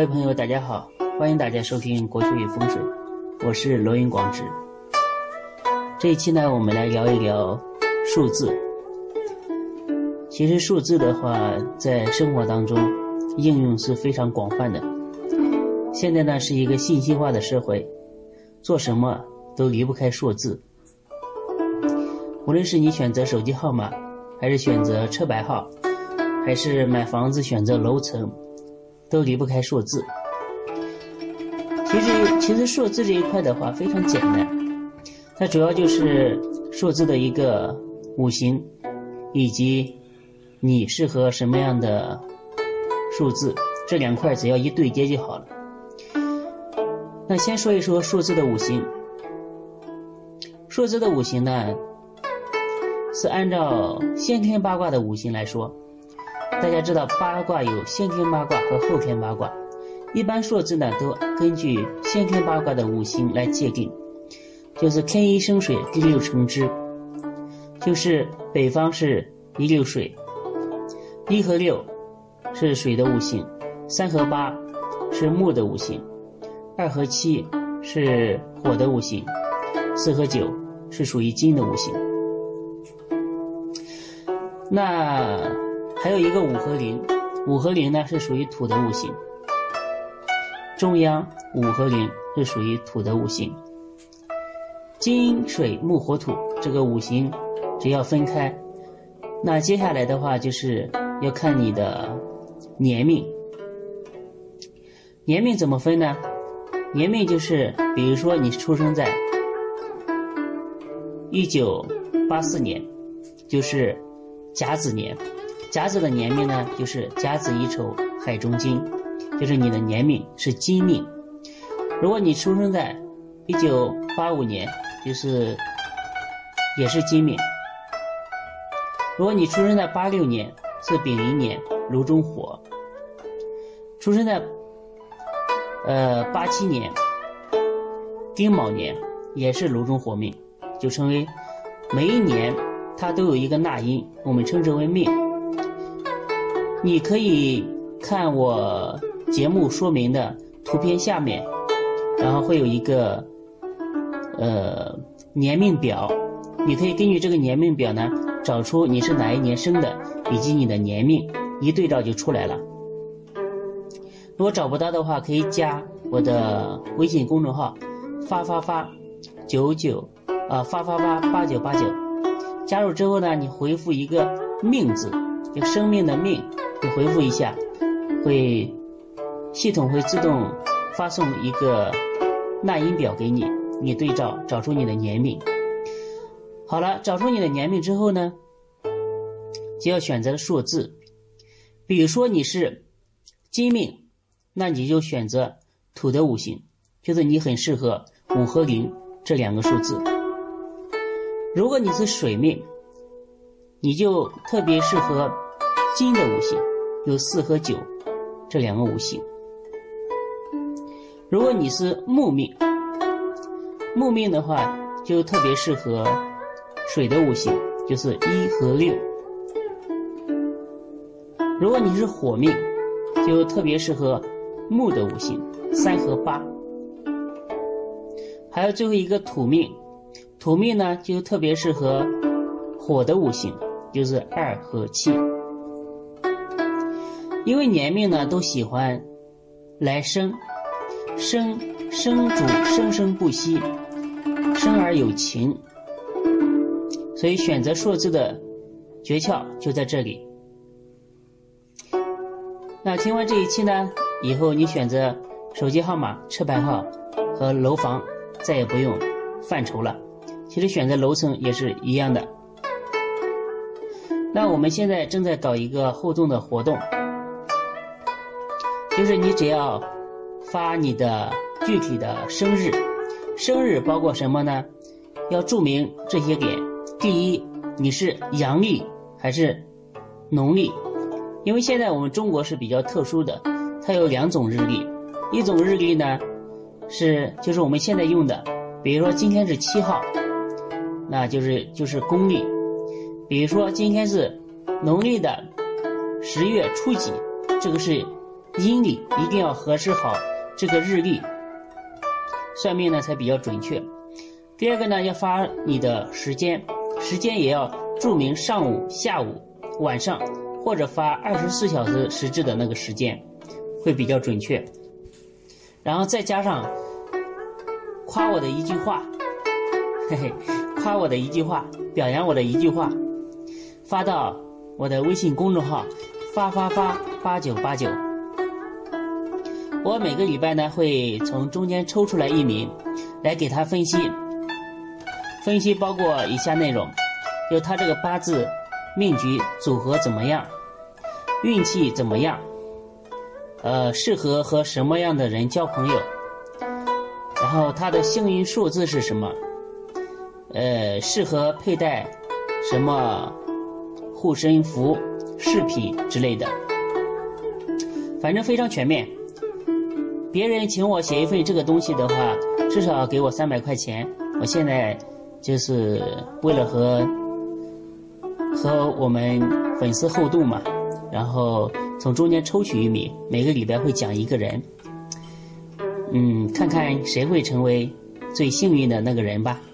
位朋友大家好，欢迎大家收听国学与风水，我是罗云广直。这一期呢，我们来聊一聊数字。其实数字的话，在生活当中应用是非常广泛的。现在呢，是一个信息化的社会，做什么都离不开数字。无论是你选择手机号码，还是选择车牌号，还是买房子选择楼层，都离不开数字。其实数字这一块的话非常简单，它主要就是数字的一个五行，以及你适合什么样的数字，这两块只要一对接就好了。那先说一说数字的五行。数字的五行呢，是按照先天八卦的五行来说。大家知道八卦有先天八卦和后天八卦，一般数字呢都根据先天八卦的五行来界定，就是天一生水，地六成之，就是北方是一六水，1和6是水的五行，3和8是木的五行，2和7是火的五行，4和9是属于金的五行。那还有一个5和0，5和0呢是属于土的五行，中央5和0是属于土的五行。金水木火土这个五行只要分开，那接下来的话就是要看你的年命。年命怎么分呢？年命就是比如说你出生在1984年，就是甲子年，甲子的年命呢就是甲子乙丑亥中金，就是你的年命是金命。如果你出生在1985年，就是也是金命。如果你出生在86年，是丙寅年，炉中火。出生在87年丁卯年，也是炉中火命，就称为每一年它都有一个纳音，我们称之为命。你可以看我节目说明的图片下面，然后会有一个年命表，你可以根据这个年命表呢，找出你是哪一年生的，以及你的年命，一对照就出来了。如果找不到的话，可以加我的微信公众号发998989，加入之后呢，你回复一个命字，就生命的命，你回复一下，系统会自动发送一个纳音表给你，你对照找出你的年命。好了，找出你的年命之后呢，就要选择数字。比如说你是金命，那你就选择土的五行，就是你很适合5和0这两个数字。如果你是水命，你就特别适合金的五行，有4和9这两个五行。如果你是木命，木命的话就特别适合水的五行，就是1和6。如果你是火命，就特别适合木的五行，3和8。还有最后一个土命，土命呢就特别适合火的五行，就是2和7。因为年命呢都喜欢来生主生生不息，生而有情，所以选择数字的诀窍就在这里。那听完这一期呢，以后你选择手机号码、车牌号和楼房再也不用犯愁了，其实选择楼层也是一样的。那我们现在正在搞一个互动的活动，就是你只要发你的具体的生日，生日包括什么呢？要注明这些点。第一，你是阳历还是农历？因为现在我们中国是比较特殊的，它有2种日历。一种日历呢就是我们现在用的，比如说今天是7号，那就是公历。比如说今天是农历的10月初几，这个是阴历一定要核实好这个日历，算命呢才比较准确。第二个呢，要发你的时间也要注明上午、下午、晚上，或者发24小时实质的那个时间，会比较准确。然后再加上夸我的一句话，夸我的一句话，表扬我的一句话，发到我的微信公众号发8989。我每个礼拜呢会从中间抽出来1名来给他分析包括以下内容，就他这个八字命局组合怎么样，运气怎么样，适合和什么样的人交朋友，然后他的幸运数字是什么，适合佩戴什么护身符、饰品之类的，反正非常全面。别人请我写一份这个东西的话，至少给我300块钱。我现在就是为了和我们粉丝互动嘛，然后从中间抽取1名，每个礼拜会讲1个人，看看谁会成为最幸运的那个人吧。